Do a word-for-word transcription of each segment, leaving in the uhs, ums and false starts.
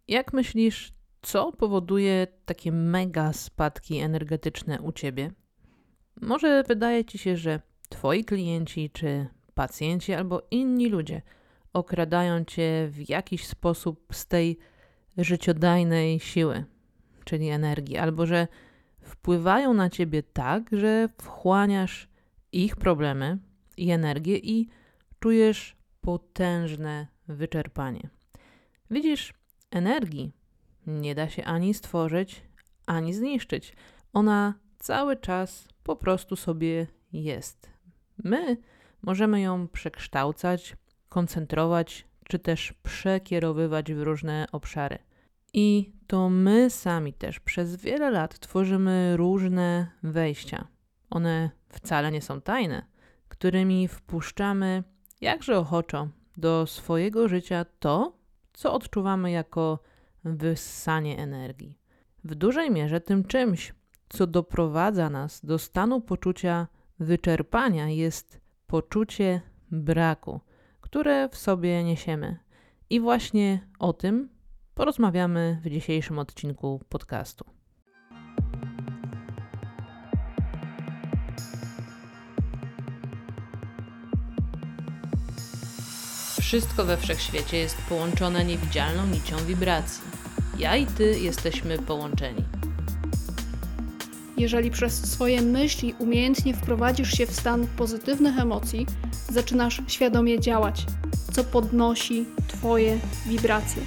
Jak myślisz, co powoduje takie mega spadki energetyczne u ciebie? Może wydaje ci się, że twoi klienci, czy pacjenci, albo inni ludzie okradają cię w jakiś sposób z tej życiodajnej siły, czyli energii, albo że wpływają na ciebie tak, że wchłaniasz ich problemy i energię i czujesz potężne wyczerpanie. Widzisz, energii nie da się ani stworzyć, ani zniszczyć. Ona cały czas po prostu sobie jest. My możemy ją przekształcać, koncentrować, czy też przekierowywać w różne obszary. I to my sami też przez wiele lat tworzymy różne wejścia. One wcale nie są tajne, którymi wpuszczamy jakże ochoczo do swojego życia to, co odczuwamy jako wyssanie energii. W dużej mierze tym czymś, co doprowadza nas do stanu poczucia wyczerpania, jest poczucie braku, które w sobie niesiemy. I właśnie o tym porozmawiamy w dzisiejszym odcinku podcastu. Wszystko we wszechświecie jest połączone niewidzialną nicią wibracji. Ja i ty jesteśmy połączeni. Jeżeli przez swoje myśli umiejętnie wprowadzisz się w stan pozytywnych emocji, zaczynasz świadomie działać, co podnosi twoje wibracje.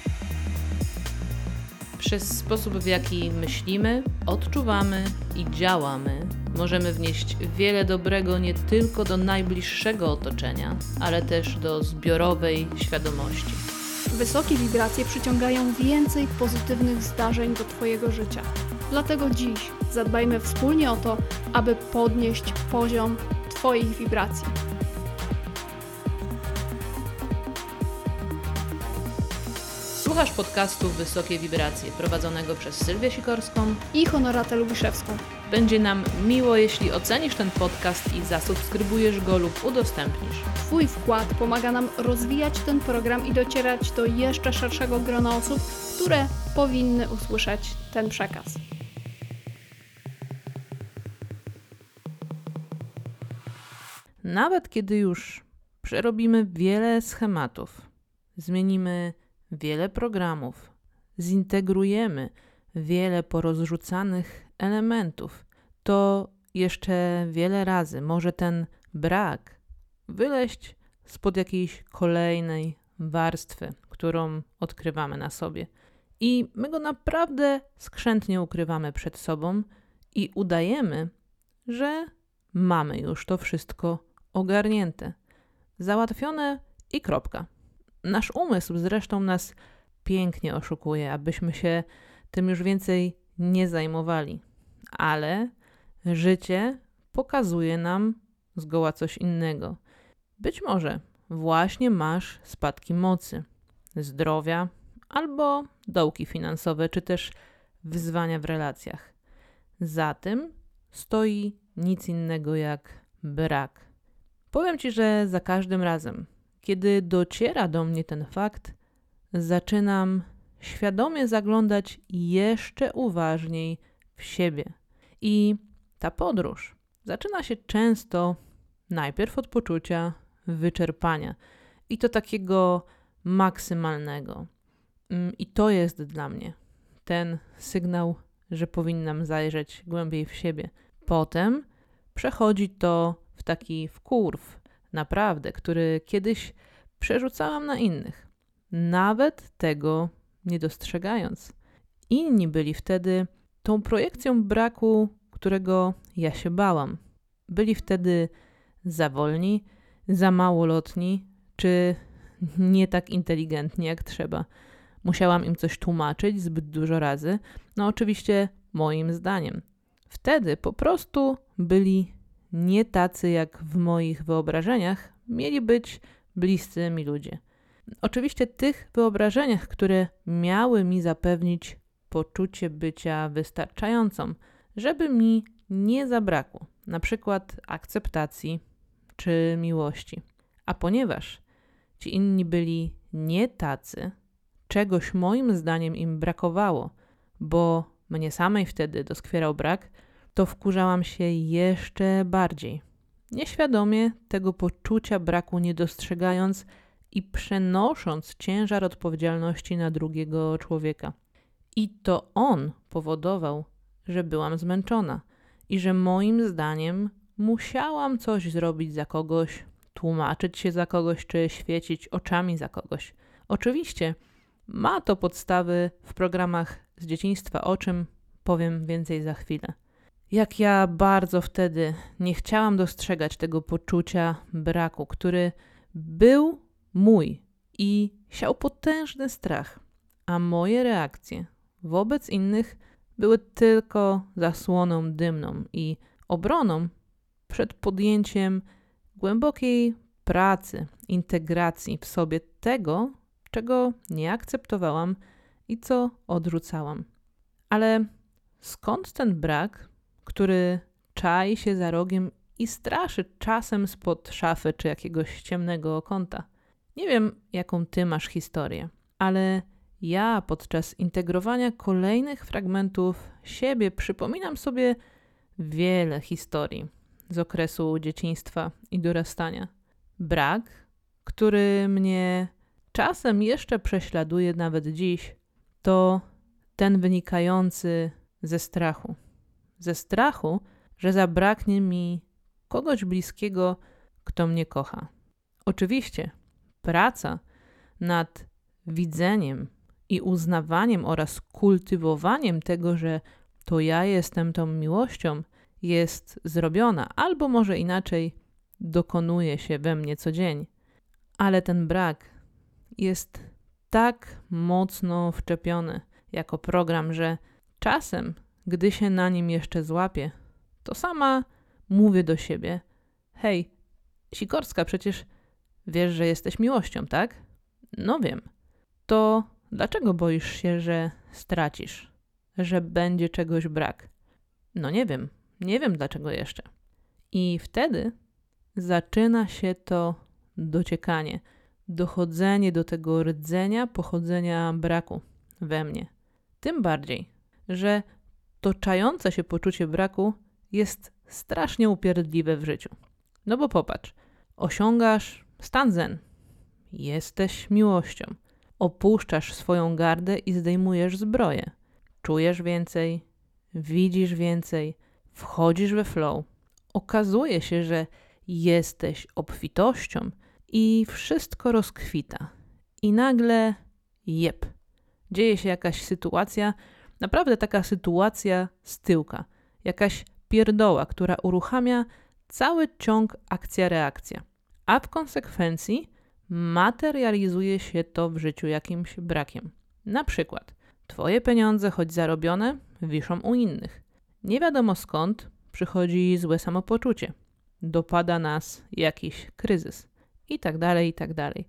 Przez sposób, w jaki myślimy, odczuwamy i działamy, możemy wnieść wiele dobrego nie tylko do najbliższego otoczenia, ale też do zbiorowej świadomości. Wysokie wibracje przyciągają więcej pozytywnych zdarzeń do twojego życia. Dlatego dziś zadbajmy wspólnie o to, aby podnieść poziom twoich wibracji. Słuchasz podcastu Wysokie Wibracje, prowadzonego przez Sylwię Sikorską I Honoratę Lubiszewską. Będzie nam miło, jeśli ocenisz ten podcast i zasubskrybujesz go lub udostępnisz. Twój wkład pomaga nam rozwijać ten program i docierać do jeszcze szerszego grona osób, które powinny usłyszeć ten przekaz. Nawet kiedy już przerobimy wiele schematów, zmienimy wiele programów, zintegrujemy wiele porozrzucanych elementów, to jeszcze wiele razy może ten brak wyleść spod jakiejś kolejnej warstwy, którą odkrywamy na sobie. I my go naprawdę skrzętnie ukrywamy przed sobą i udajemy, że mamy już to wszystko ogarnięte, załatwione i kropka. Nasz umysł zresztą nas pięknie oszukuje, abyśmy się tym już więcej nie zajmowali. Ale życie pokazuje nam zgoła coś innego. Być może właśnie masz spadki mocy, zdrowia albo dołki finansowe, czy też wyzwania w relacjach. Za tym stoi nic innego jak brak. Powiem ci, że za każdym razem, kiedy dociera do mnie ten fakt, zaczynam świadomie zaglądać jeszcze uważniej w siebie. I ta podróż zaczyna się często najpierw od poczucia wyczerpania. I to takiego maksymalnego. I to jest dla mnie ten sygnał, że powinnam zajrzeć głębiej w siebie. Potem przechodzi to w taki wkurw, naprawdę, który kiedyś przerzucałam na innych, nawet tego nie dostrzegając. Inni byli wtedy tą projekcją braku, którego ja się bałam. Byli wtedy za wolni, za mało lotni, czy nie tak inteligentni jak trzeba. Musiałam im coś tłumaczyć zbyt dużo razy, no oczywiście moim zdaniem. Wtedy po prostu byli nie tacy, jak w moich wyobrażeniach mieli być bliscy mi ludzie. Oczywiście tych wyobrażeniach, które miały mi zapewnić poczucie bycia wystarczającą, żeby mi nie zabrakło, na przykład akceptacji czy miłości. A ponieważ ci inni byli nie tacy, czegoś moim zdaniem im brakowało, bo mnie samej wtedy doskwierał brak, to wkurzałam się jeszcze bardziej. Nieświadomie tego poczucia braku nie dostrzegając i przenosząc ciężar odpowiedzialności na drugiego człowieka. I to on powodował, że byłam zmęczona i że moim zdaniem musiałam coś zrobić za kogoś, tłumaczyć się za kogoś czy świecić oczami za kogoś. Oczywiście ma to podstawy w programach z dzieciństwa, o czym powiem więcej za chwilę. Jak ja bardzo wtedy nie chciałam dostrzegać tego poczucia braku, który był mój i siał potężny strach, a moje reakcje wobec innych były tylko zasłoną dymną i obroną przed podjęciem głębokiej pracy, integracji w sobie tego, czego nie akceptowałam i co odrzucałam. Ale skąd ten brak, który czai się za rogiem i straszy czasem spod szafy czy jakiegoś ciemnego kąta? Nie wiem, jaką ty masz historię, ale ja podczas integrowania kolejnych fragmentów siebie przypominam sobie wiele historii z okresu dzieciństwa i dorastania. Brak, który mnie czasem jeszcze prześladuje nawet dziś, to ten wynikający ze strachu. Ze strachu, że zabraknie mi kogoś bliskiego, kto mnie kocha. Oczywiście praca nad widzeniem i uznawaniem oraz kultywowaniem tego, że to ja jestem tą miłością, jest zrobiona, albo może inaczej, dokonuje się we mnie co dzień. Ale ten brak jest tak mocno wczepiony jako program, że czasem, gdy się na nim jeszcze złapię, to sama mówię do siebie: hej, Sikorska, przecież wiesz, że jesteś miłością, tak? No wiem. To dlaczego boisz się, że stracisz? Że będzie czegoś brak? No nie wiem. Nie wiem dlaczego jeszcze. I wtedy zaczyna się to dociekanie, dochodzenie do tego rdzenia pochodzenia braku we mnie. Tym bardziej, że to czające się poczucie braku jest strasznie upierdliwe w życiu. No bo popatrz, osiągasz stan zen, jesteś miłością, opuszczasz swoją gardę i zdejmujesz zbroję. Czujesz więcej, widzisz więcej, wchodzisz we flow. Okazuje się, że jesteś obfitością i wszystko rozkwita. I nagle, jep, dzieje się jakaś sytuacja, naprawdę taka sytuacja z tyłka. Jakaś pierdoła, która uruchamia cały ciąg akcja-reakcja. A w konsekwencji materializuje się to w życiu jakimś brakiem. Na przykład twoje pieniądze, choć zarobione, wiszą u innych. Nie wiadomo skąd przychodzi złe samopoczucie. Dopada nas jakiś kryzys. I tak dalej, i tak dalej.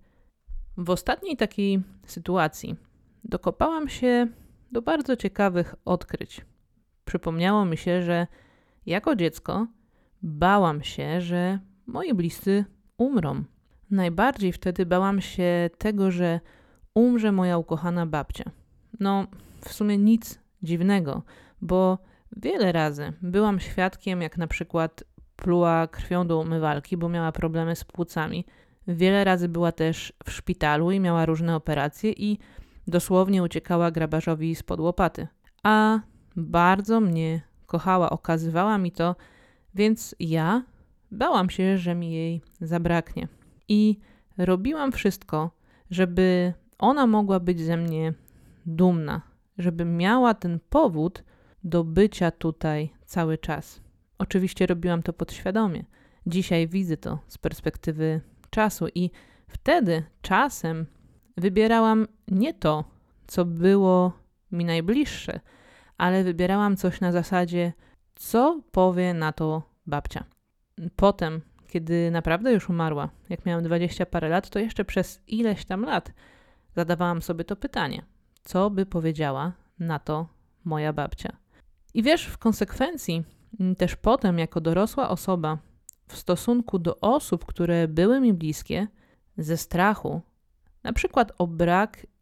W ostatniej takiej sytuacji dokopałam się do bardzo ciekawych odkryć. Przypomniało mi się, że jako dziecko bałam się, że moi bliscy umrą. Najbardziej wtedy bałam się tego, że umrze moja ukochana babcia. No, w sumie nic dziwnego, bo wiele razy byłam świadkiem, jak na przykład pluła krwią do umywalki, bo miała problemy z płucami. Wiele razy była też w szpitalu i miała różne operacje i dosłownie uciekała grabarzowi spod łopaty. A bardzo mnie kochała, okazywała mi to, więc ja bałam się, że mi jej zabraknie. I robiłam wszystko, żeby ona mogła być ze mnie dumna, żeby miała ten powód do bycia tutaj cały czas. Oczywiście robiłam to podświadomie. Dzisiaj widzę to z perspektywy czasu i wtedy czasem wybierałam nie to, co było mi najbliższe, ale wybierałam coś na zasadzie, co powie na to babcia. Potem, kiedy naprawdę już umarła, jak miałam dwadzieścia parę lat, to jeszcze przez ileś tam lat zadawałam sobie to pytanie, co by powiedziała na to moja babcia. I wiesz, w konsekwencji też potem jako dorosła osoba w stosunku do osób, które były mi bliskie, ze strachu, na przykład o brak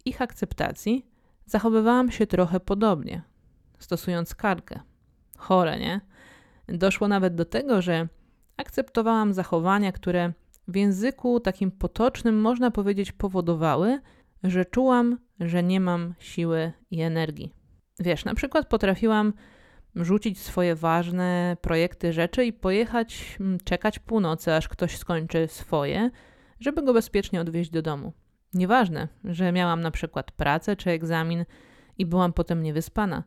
ich akceptacji zachowywałam się trochę podobnie, stosując karkę. Chore, nie? Doszło nawet do tego, że akceptowałam zachowania, które w języku takim potocznym można powiedzieć powodowały, że czułam, że nie mam siły i energii. Wiesz, na przykład potrafiłam rzucić swoje ważne projekty, rzeczy i pojechać, czekać północy, aż ktoś skończy swoje, żeby go bezpiecznie odwieźć do domu. Nieważne, że miałam na przykład pracę czy egzamin i byłam potem niewyspana.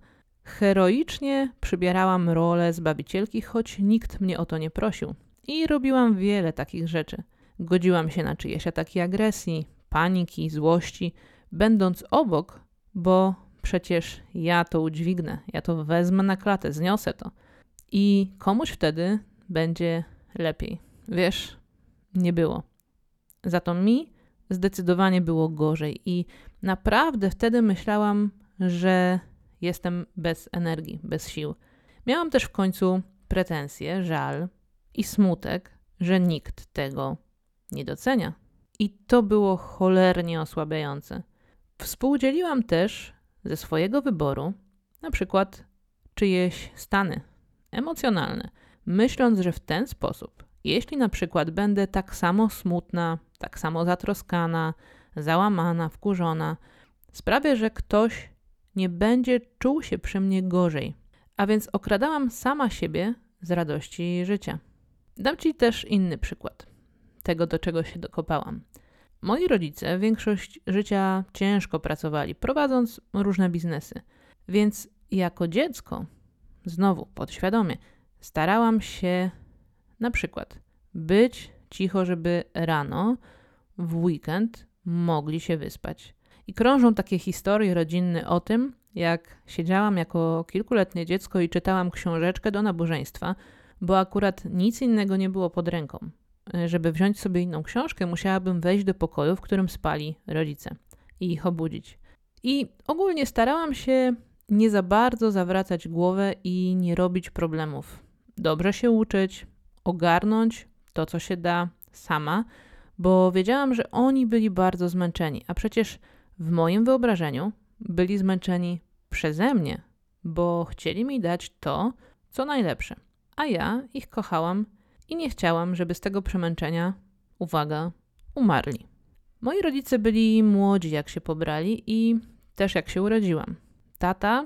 Heroicznie przybierałam rolę zbawicielki, choć nikt mnie o to nie prosił. I robiłam wiele takich rzeczy. Godziłam się na czyjeś ataki agresji, paniki, złości, będąc obok, bo przecież ja to udźwignę, ja to wezmę na klatę, zniosę to. I komuś wtedy będzie lepiej. Wiesz, nie było. Za to mi zdecydowanie było gorzej i naprawdę wtedy myślałam, że jestem bez energii, bez sił. Miałam też w końcu pretensje, żal i smutek, że nikt tego nie docenia. I to było cholernie osłabiające. Współdzieliłam też ze swojego wyboru, na przykład czyjeś stany emocjonalne, myśląc, że w ten sposób, jeśli na przykład będę tak samo smutna, tak samo zatroskana, załamana, wkurzona, sprawię, że ktoś nie będzie czuł się przy mnie gorzej. A więc okradałam sama siebie z radości życia. Dam Ci też inny przykład tego, do czego się dokopałam. Moi rodzice większość życia ciężko pracowali, prowadząc różne biznesy. Więc jako dziecko, znowu podświadomie, starałam się na przykład być cicho, żeby rano, w weekend mogli się wyspać. I krążą takie historie rodzinne o tym, jak siedziałam jako kilkuletnie dziecko i czytałam książeczkę do nabożeństwa, bo akurat nic innego nie było pod ręką. Żeby wziąć sobie inną książkę, musiałabym wejść do pokoju, w którym spali rodzice i ich obudzić. I ogólnie starałam się nie za bardzo zawracać głowę i nie robić problemów. Dobrze się uczyć, ogarnąć to, co się da sama, bo wiedziałam, że oni byli bardzo zmęczeni, a przecież w moim wyobrażeniu byli zmęczeni przeze mnie, bo chcieli mi dać to, co najlepsze, a ja ich kochałam i nie chciałam, żeby z tego przemęczenia, uwaga, umarli. Moi rodzice byli młodzi, jak się pobrali i też jak się urodziłam. Tata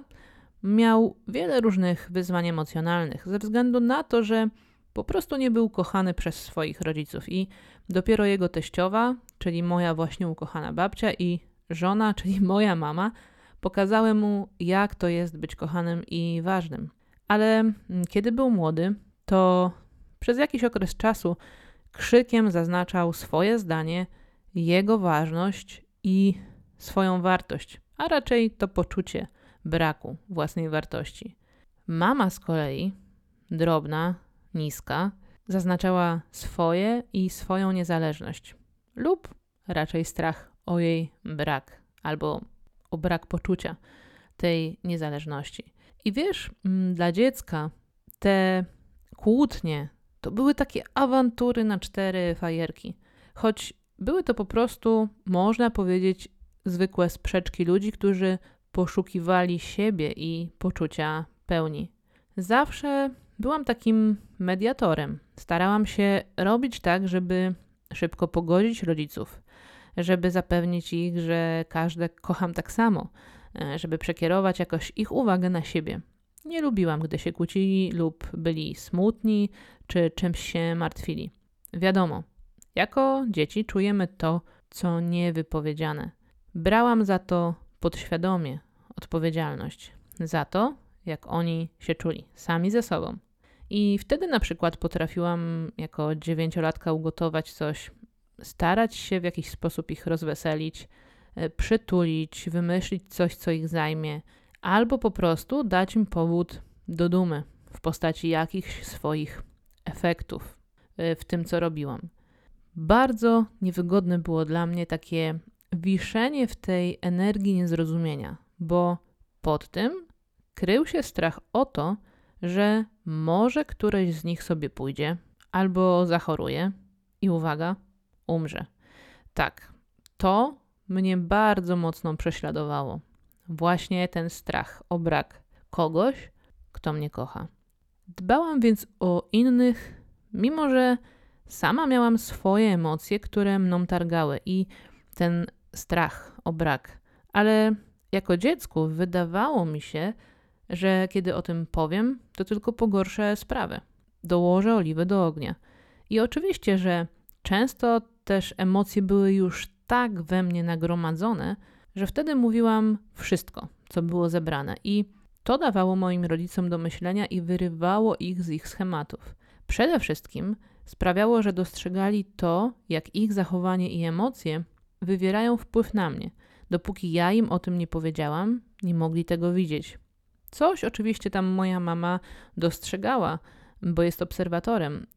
miał wiele różnych wyzwań emocjonalnych ze względu na to, że po prostu nie był kochany przez swoich rodziców i dopiero jego teściowa, czyli moja właśnie ukochana babcia i żona, czyli moja mama, pokazały mu, jak to jest być kochanym i ważnym. Ale kiedy był młody, to przez jakiś okres czasu krzykiem zaznaczał swoje zdanie, jego ważność i swoją wartość, a raczej to poczucie braku własnej wartości. Mama z kolei, drobna, niska, zaznaczała swoje i swoją niezależność lub raczej strach o jej brak albo o brak poczucia tej niezależności. I wiesz, dla dziecka te kłótnie to były takie awantury na cztery fajerki, choć były to po prostu, można powiedzieć, zwykłe sprzeczki ludzi, którzy poszukiwali siebie i poczucia pełni. Zawsze byłam takim mediatorem. Starałam się robić tak, żeby szybko pogodzić rodziców, żeby zapewnić ich, że każde kocham tak samo, żeby przekierować jakoś ich uwagę na siebie. Nie lubiłam, gdy się kłócili lub byli smutni, czy czymś się martwili. Wiadomo, jako dzieci czujemy to, co niewypowiedziane. Brałam za to podświadomie odpowiedzialność. Za to, jak oni się czuli, sami ze sobą. I wtedy na przykład potrafiłam jako dziewięciolatka ugotować coś, starać się w jakiś sposób ich rozweselić, przytulić, wymyślić coś, co ich zajmie, albo po prostu dać im powód do dumy w postaci jakichś swoich efektów w tym, co robiłam. Bardzo niewygodne było dla mnie takie wiszenie w tej energii niezrozumienia, bo pod tym krył się strach o to, że może któreś z nich sobie pójdzie albo zachoruje i uwaga, umrze. Tak, to mnie bardzo mocno prześladowało. Właśnie ten strach o brak kogoś, kto mnie kocha. Dbałam więc o innych, mimo że sama miałam swoje emocje, które mną targały i ten strach o brak. Ale jako dziecku wydawało mi się, że kiedy o tym powiem, to tylko pogorszę sprawę. Dołożę oliwy do ognia. I oczywiście, że często też emocje były już tak we mnie nagromadzone, że wtedy mówiłam wszystko, co było zebrane. I to dawało moim rodzicom do myślenia i wyrywało ich z ich schematów. Przede wszystkim sprawiało, że dostrzegali to, jak ich zachowanie i emocje wywierają wpływ na mnie. Dopóki ja im o tym nie powiedziałam, nie mogli tego widzieć. Coś oczywiście tam moja mama dostrzegała, bo jest obserwatorem.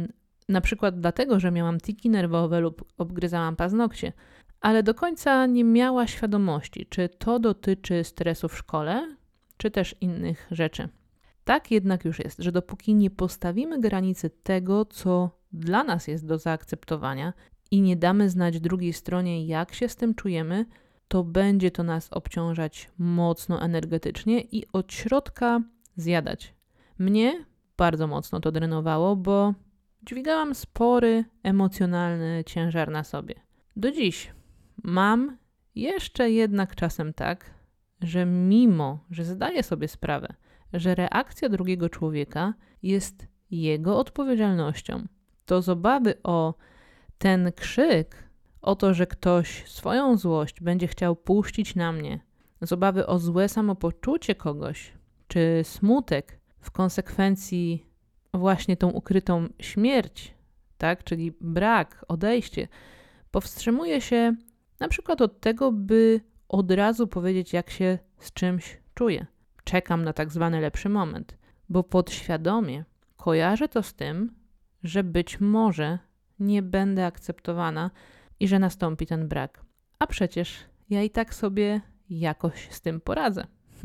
Na przykład dlatego, że miałam tiki nerwowe lub obgryzałam paznokcie, ale do końca nie miała świadomości, czy to dotyczy stresu w szkole, czy też innych rzeczy. Tak jednak już jest, że dopóki nie postawimy granicy tego, co dla nas jest do zaakceptowania i nie damy znać drugiej stronie, jak się z tym czujemy, to będzie to nas obciążać mocno energetycznie i od środka zjadać. Mnie bardzo mocno to drenowało, bo dźwigałam spory, emocjonalny ciężar na sobie. Do dziś mam jeszcze jednak czasem tak, że mimo, że zdaję sobie sprawę, że reakcja drugiego człowieka jest jego odpowiedzialnością, to z obawy o ten krzyk, o to, że ktoś swoją złość będzie chciał puścić na mnie, z obawy o złe samopoczucie kogoś, czy smutek, w konsekwencji właśnie tą ukrytą śmierć, tak, czyli brak, odejście, powstrzymuję się na przykład od tego, by od razu powiedzieć, jak się z czymś czuję. Czekam na tak zwany lepszy moment, bo podświadomie kojarzę to z tym, że być może nie będę akceptowana i że nastąpi ten brak. A przecież ja i tak sobie jakoś z tym poradzę.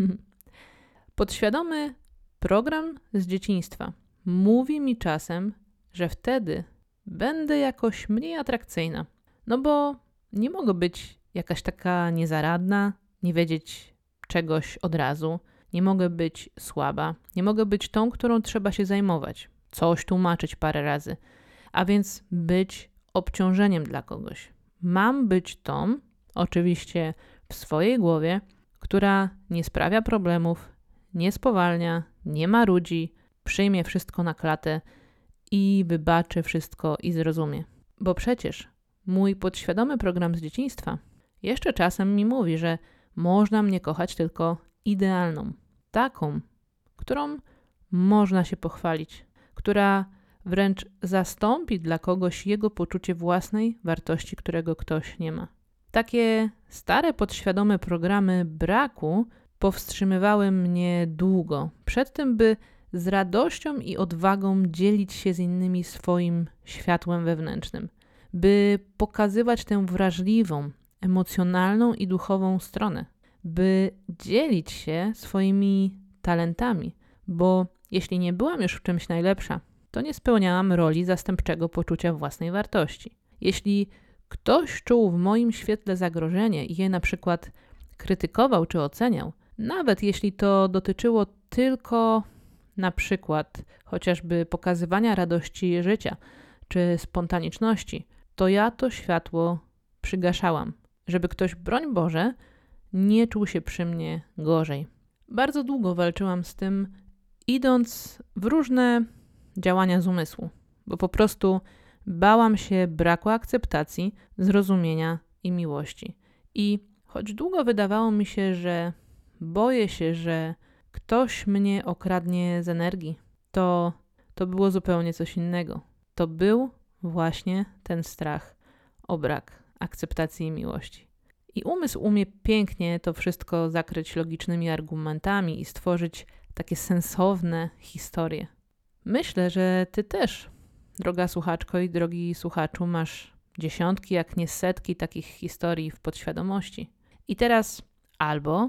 Podświadomy program z dzieciństwa mówi mi czasem, że wtedy będę jakoś mniej atrakcyjna. No bo nie mogę być jakaś taka niezaradna, nie wiedzieć czegoś od razu, nie mogę być słaba, nie mogę być tą, którą trzeba się zajmować, coś tłumaczyć parę razy, a więc być obciążeniem dla kogoś. Mam być tą, oczywiście w swojej głowie, która nie sprawia problemów, nie spowalnia, nie marudzi, przyjmie wszystko na klatę i wybaczy wszystko i zrozumie. Bo przecież mój podświadomy program z dzieciństwa jeszcze czasem mi mówi, że można mnie kochać tylko idealną, taką, którą można się pochwalić, która wręcz zastąpi dla kogoś jego poczucie własnej wartości, którego ktoś nie ma. Takie stare podświadome programy braku powstrzymywały mnie długo przed tym, by z radością i odwagą dzielić się z innymi swoim światłem wewnętrznym, by pokazywać tę wrażliwą, emocjonalną i duchową stronę, by dzielić się swoimi talentami, bo jeśli nie byłam już w czymś najlepsza, to nie spełniałam roli zastępczego poczucia własnej wartości. Jeśli ktoś czuł w moim świetle zagrożenie i je na przykład krytykował czy oceniał, nawet jeśli to dotyczyło tylko na przykład chociażby pokazywania radości życia czy spontaniczności, to ja to światło przygaszałam, żeby ktoś, broń Boże, nie czuł się przy mnie gorzej. Bardzo długo walczyłam z tym, idąc w różne działania z umysłu, bo po prostu bałam się braku akceptacji, zrozumienia i miłości. I choć długo wydawało mi się, że boję się, że ktoś mnie okradnie z energii, to to było zupełnie coś innego. To był właśnie ten strach o brak akceptacji i miłości. I umysł umie pięknie to wszystko zakryć logicznymi argumentami i stworzyć takie sensowne historie. Myślę, że ty też, droga słuchaczko i drogi słuchaczu, masz dziesiątki, jak nie setki takich historii w podświadomości. I teraz albo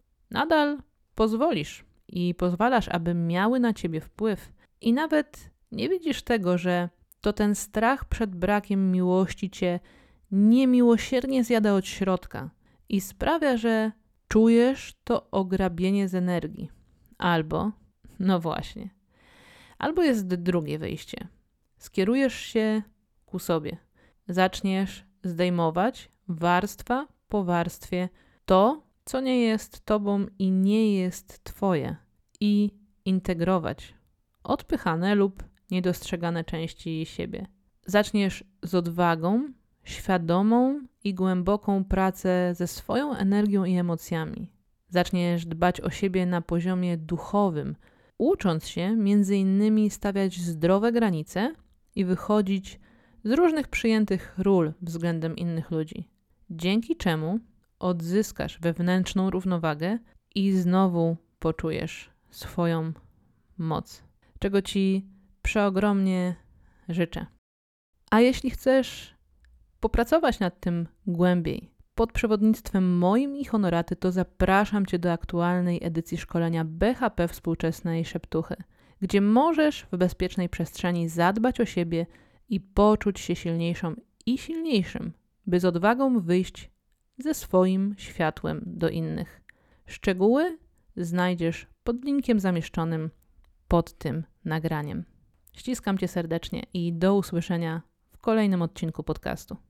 nadal pozwolisz i pozwalasz, aby miały na ciebie wpływ i nawet nie widzisz tego, że to ten strach przed brakiem miłości cię niemiłosiernie zjada od środka i sprawia, że czujesz to ograbienie z energii. Albo, no właśnie, albo jest drugie wyjście. Skierujesz się ku sobie. Zaczniesz zdejmować warstwa po warstwie to, co nie jest tobą i nie jest twoje, i integrować odpychane lub niedostrzegane części siebie. Zaczniesz z odwagą, świadomą i głęboką pracę ze swoją energią i emocjami. Zaczniesz dbać o siebie na poziomie duchowym, ucząc się między innymi stawiać zdrowe granice i wychodzić z różnych przyjętych ról względem innych ludzi. Dzięki czemu odzyskasz wewnętrzną równowagę i znowu poczujesz swoją moc, czego Ci przeogromnie życzę. A jeśli chcesz popracować nad tym głębiej, pod przewodnictwem moim i Honoraty, to zapraszam Cię do aktualnej edycji szkolenia B H P Współczesnej Szeptuchy, gdzie możesz w bezpiecznej przestrzeni zadbać o siebie i poczuć się silniejszą i silniejszym, by z odwagą wyjść ze swoim światłem do innych. Szczegóły znajdziesz pod linkiem zamieszczonym pod tym nagraniem. Ściskam Cię serdecznie i do usłyszenia w kolejnym odcinku podcastu.